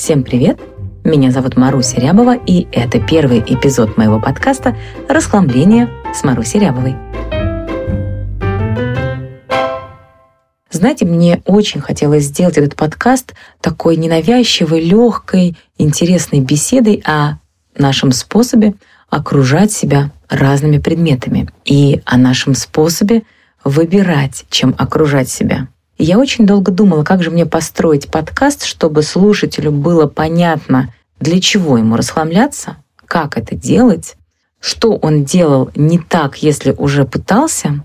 Всем привет! Меня зовут Маруся Рябова, и это первый эпизод моего подкаста «Расхламление с Марусей Рябовой». Знаете, мне очень хотелось сделать этот подкаст такой ненавязчивой, легкой, интересной беседой о нашем способе окружать себя разными предметами и о нашем способе выбирать, чем окружать себя. И я очень долго думала, как же мне построить подкаст, чтобы слушателю было понятно, для чего ему расхламляться, как это делать, что он делал не так, если уже пытался,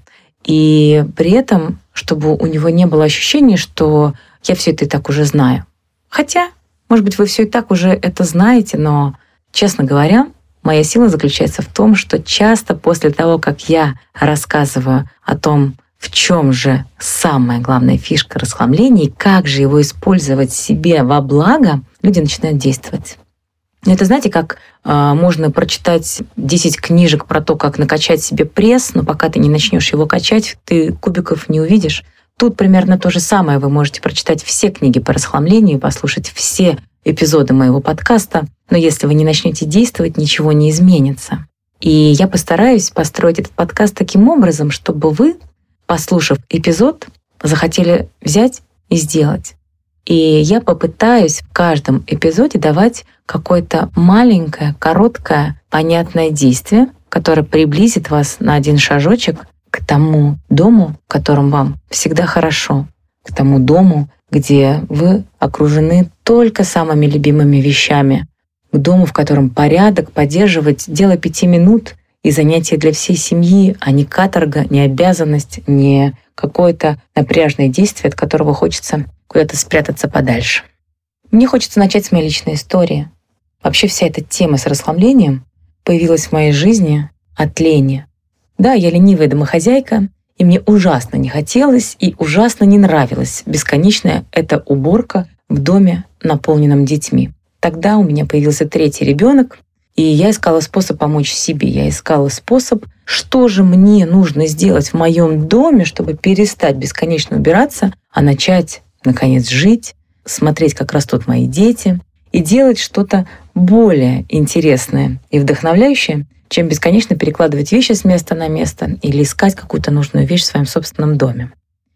и при этом, чтобы у него не было ощущения, что я все это и так уже знаю. Хотя, может быть, вы все и так уже это знаете, но, честно говоря, моя сила заключается в том, что часто после того, как я рассказываю о том, в чем же самая главная фишка расхламления и как же его использовать себе во благо, люди начинают действовать. Это, знаете, как можно прочитать 10 книжек про то, как накачать себе пресс, но пока ты не начнешь его качать, ты кубиков не увидишь. Тут примерно то же самое. Вы можете прочитать все книги по расхламлению, послушать все эпизоды моего подкаста, но если вы не начнете действовать, ничего не изменится. И я постараюсь построить этот подкаст таким образом, чтобы вы, послушав эпизод, захотели взять и сделать. И я попытаюсь в каждом эпизоде давать какое-то маленькое, короткое, понятное действие, которое приблизит вас на один шажочек к тому дому, в котором вам всегда хорошо, к тому дому, где вы окружены только самыми любимыми вещами, к дому, в котором порядок поддерживать дело 5 минут и занятие для всей семьи, а не каторга, не обязанность, не какое-то напряжное действие, от которого хочется куда-то спрятаться подальше. Мне хочется начать с моей личной истории. Вообще вся эта тема с расхламлением появилась в моей жизни от лени. Да, я ленивая домохозяйка, и мне ужасно не хотелось и ужасно не нравилась бесконечная эта уборка в доме, наполненном детьми. Тогда у меня появился 3-й ребенок, и я искала способ помочь себе. Я искала способ, что же мне нужно сделать в моем доме, чтобы перестать бесконечно убираться, а начать, наконец, жить, смотреть, как растут мои дети, и делать что-то более интересное и вдохновляющее, чем бесконечно перекладывать вещи с места на место или искать какую-то нужную вещь в своем собственном доме.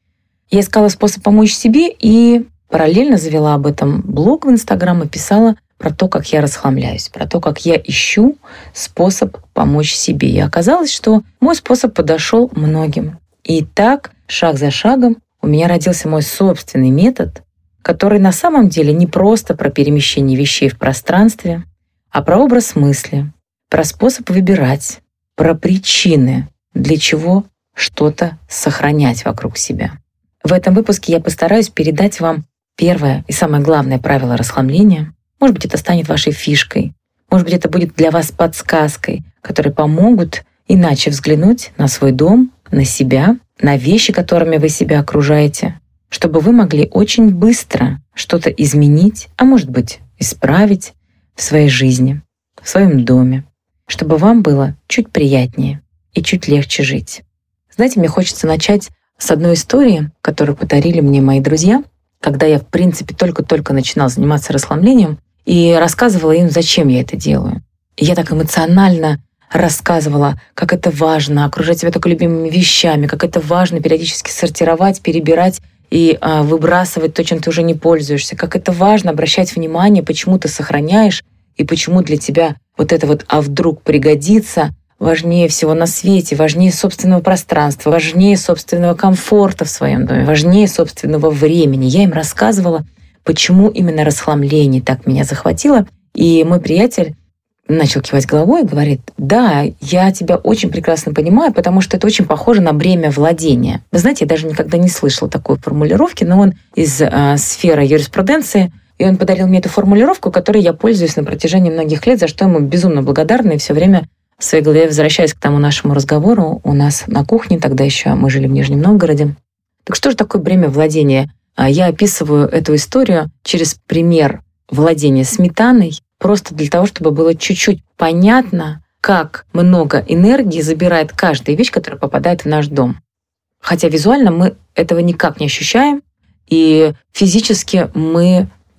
Я искала способ помочь себе и параллельно завела об этом блог в Инстаграм и писала про то, как я расхламляюсь, про то, как я ищу способ помочь себе. И оказалось, что мой способ подошел многим. И так, шаг за шагом, у меня родился мой собственный метод, который на самом деле не просто про перемещение вещей в пространстве, а про образ мысли, про способ выбирать, про причины, для чего что-то сохранять вокруг себя. В этом выпуске я постараюсь передать вам первое и самое главное правило расхламления. Может быть, это станет вашей фишкой. Может быть, это будет для вас подсказкой, которые помогут иначе взглянуть на свой дом, на себя, на вещи, которыми вы себя окружаете, чтобы вы могли очень быстро что-то изменить, а может быть, исправить в своей жизни, в своем доме, чтобы вам было чуть приятнее и чуть легче жить. Знаете, мне хочется начать с одной истории, которую подарили мне мои друзья, когда я, в принципе, только-только начинала заниматься расхламлением, и рассказывала им, зачем я это делаю. И я так эмоционально рассказывала, как это важно окружать себя только любимыми вещами, как это важно периодически сортировать, перебирать и выбрасывать то, чем ты уже не пользуешься, как это важно обращать внимание, почему ты сохраняешь и почему для тебя вот это вот «а вдруг пригодится» важнее всего на свете, важнее собственного пространства, важнее собственного комфорта в своем доме, важнее собственного времени. Я им рассказывала, почему именно расхламление так меня захватило. И мой приятель начал кивать головой и говорит: да, я тебя очень прекрасно понимаю, потому что это очень похоже на бремя владения. Вы знаете, я даже никогда не слышала такой формулировки, но он из сферы юриспруденции, и он подарил мне эту формулировку, которой я пользуюсь на протяжении многих лет, за что ему безумно благодарна, и все время в своей голове возвращаюсь к тому нашему разговору у нас на кухне, тогда еще мы жили в Нижнем Новгороде. Так что же такое бремя владения? Я описываю эту историю через пример владения сметаной, просто для того, чтобы было чуть-чуть понятно, как много энергии забирает каждая вещь, которая попадает в наш дом. Хотя визуально мы этого никак не ощущаем, и физически мы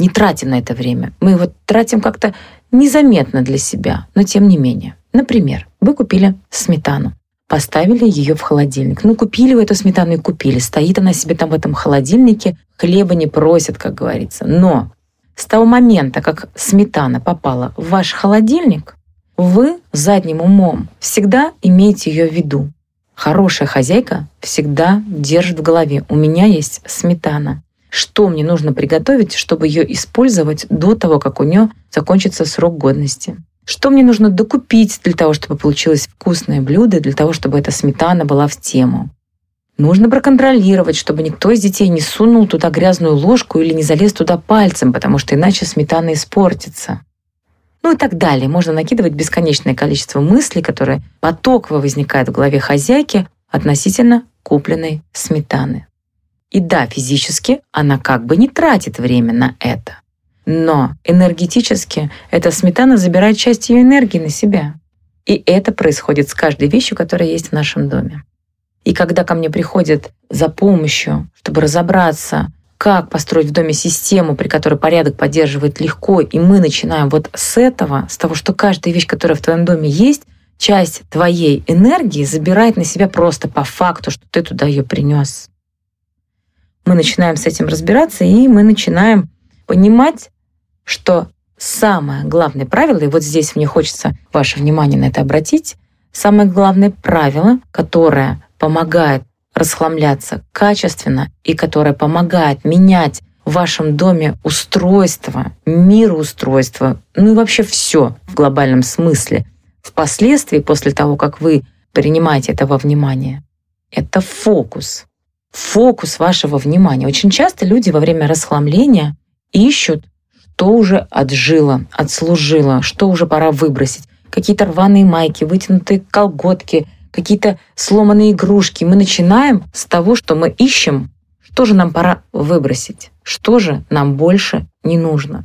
не тратим на это время. Мы его тратим как-то незаметно для себя, но тем не менее. Например, вы купили сметану, поставили ее в холодильник. Купили вы эту сметану и купили. Стоит она себе там в этом холодильнике, хлеба не просит, как говорится. Но с того момента, как сметана попала в ваш холодильник, вы задним умом всегда имеете ее в виду. Хорошая хозяйка всегда держит в голове: у меня есть сметана. Что мне нужно приготовить, чтобы ее использовать до того, как у нее закончится срок годности? Что мне нужно докупить для того, чтобы получилось вкусное блюдо, для того, чтобы эта сметана была в тему? Нужно проконтролировать, чтобы никто из детей не сунул туда грязную ложку или не залез туда пальцем, потому что иначе сметана испортится. И так далее. Можно накидывать бесконечное количество мыслей, которые потоково возникают в голове хозяйки относительно купленной сметаны. И да, физически она как бы не тратит время на это. Но энергетически эта сметана забирает часть ее энергии на себя. И это происходит с каждой вещью, которая есть в нашем доме. И когда ко мне приходят за помощью, чтобы разобраться, как построить в доме систему, при которой порядок поддерживает легко, и мы начинаем вот с этого, с того, что каждая вещь, которая в твоем доме есть, часть твоей энергии забирает на себя просто по факту, что ты туда ее принес. Мы начинаем с этим разбираться, и мы начинаем понимать, что самое главное правило, и вот здесь мне хочется ваше внимание на это обратить, самое главное правило, которое помогает расхламляться качественно и которое помогает менять в вашем доме устройство, мироустройство, и вообще все в глобальном смысле, впоследствии, после того, как вы принимаете это во внимание, это фокус. Фокус вашего внимания. Очень часто люди во время расхламления ищут, что уже отжило, отслужило, что уже пора выбросить. Какие-то рваные майки, вытянутые колготки, какие-то сломанные игрушки. Мы начинаем с того, что мы ищем, что же нам пора выбросить, что же нам больше не нужно.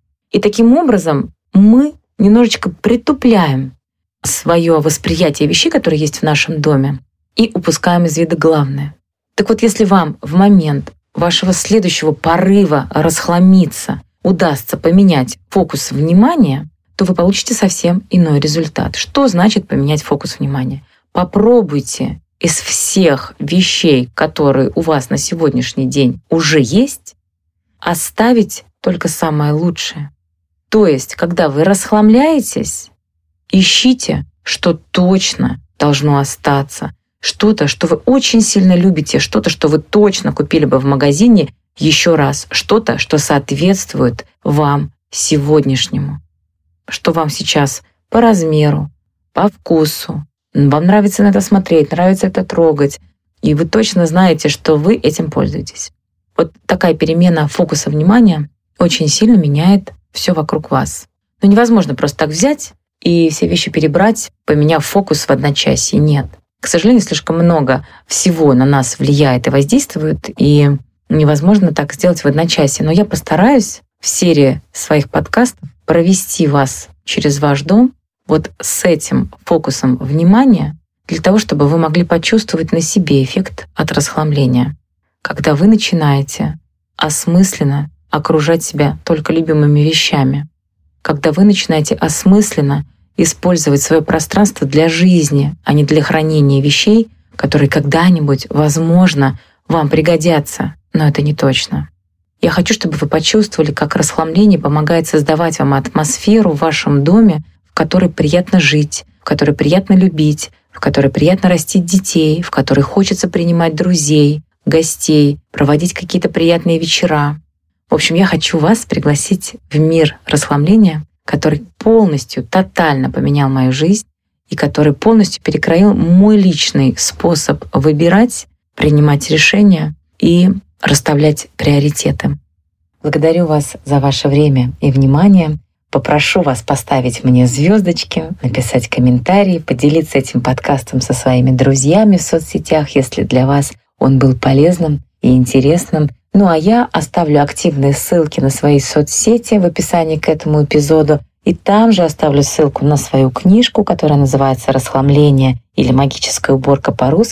И таким образом мы немножечко притупляем свое восприятие вещей, которые есть в нашем доме, и упускаем из вида главное. Так вот, если вам в момент вашего следующего порыва расхламиться удастся поменять фокус внимания, то вы получите совсем иной результат. Что значит поменять фокус внимания? Попробуйте из всех вещей, которые у вас на сегодняшний день уже есть, оставить только самое лучшее. То есть, когда вы расхламляетесь, ищите, что точно должно остаться, что-то, что вы очень сильно любите, что-то, что вы точно купили бы в магазине еще раз, что-то, что соответствует вам сегодняшнему, что вам сейчас по размеру, по вкусу, вам нравится на это смотреть, нравится это трогать, и вы точно знаете, что вы этим пользуетесь. Вот такая перемена фокуса внимания очень сильно меняет все вокруг вас. Но невозможно просто так взять и все вещи перебрать, поменяв фокус в одночасье. Нет. К сожалению, слишком много всего на нас влияет и воздействует, и невозможно так сделать в одночасье. Но я постараюсь в серии своих подкастов провести вас через ваш дом вот с этим фокусом внимания, для того, чтобы вы могли почувствовать на себе эффект от расхламления. Когда вы начинаете осмысленно окружать себя только любимыми вещами, когда вы начинаете осмысленно использовать свое пространство для жизни, а не для хранения вещей, которые когда-нибудь, возможно, вам пригодятся, но это не точно. Я хочу, чтобы вы почувствовали, как расхламление помогает создавать вам атмосферу в вашем доме, в которой приятно жить, в которой приятно любить, в которой приятно растить детей, в которой хочется принимать друзей, гостей, проводить какие-то приятные вечера. В общем, я хочу вас пригласить в мир расхламления, который полностью, тотально поменял мою жизнь и который полностью перекроил мой личный способ выбирать, принимать решения и расставлять приоритеты. Благодарю вас за ваше время и внимание. Попрошу вас поставить мне звездочки, написать комментарии, поделиться этим подкастом со своими друзьями в соцсетях, если для вас он был полезным и интересным. Ну а я оставлю активные ссылки на свои соцсети в описании к этому эпизоду, и там же оставлю ссылку на свою книжку, которая называется «Расхламление» или «Магическая уборка по-русски»,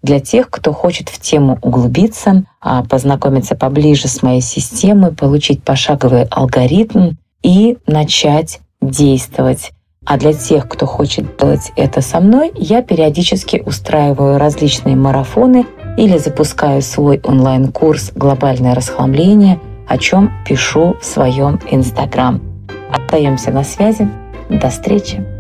для тех, кто хочет в тему углубиться, познакомиться поближе с моей системой, получить пошаговый алгоритм и начать действовать. А для тех, кто хочет делать это со мной, я периодически устраиваю различные марафоны или запускаю свой онлайн-курс «Глобальное расхламление», о чем пишу в своем Инстаграм. Остаемся на связи. До встречи!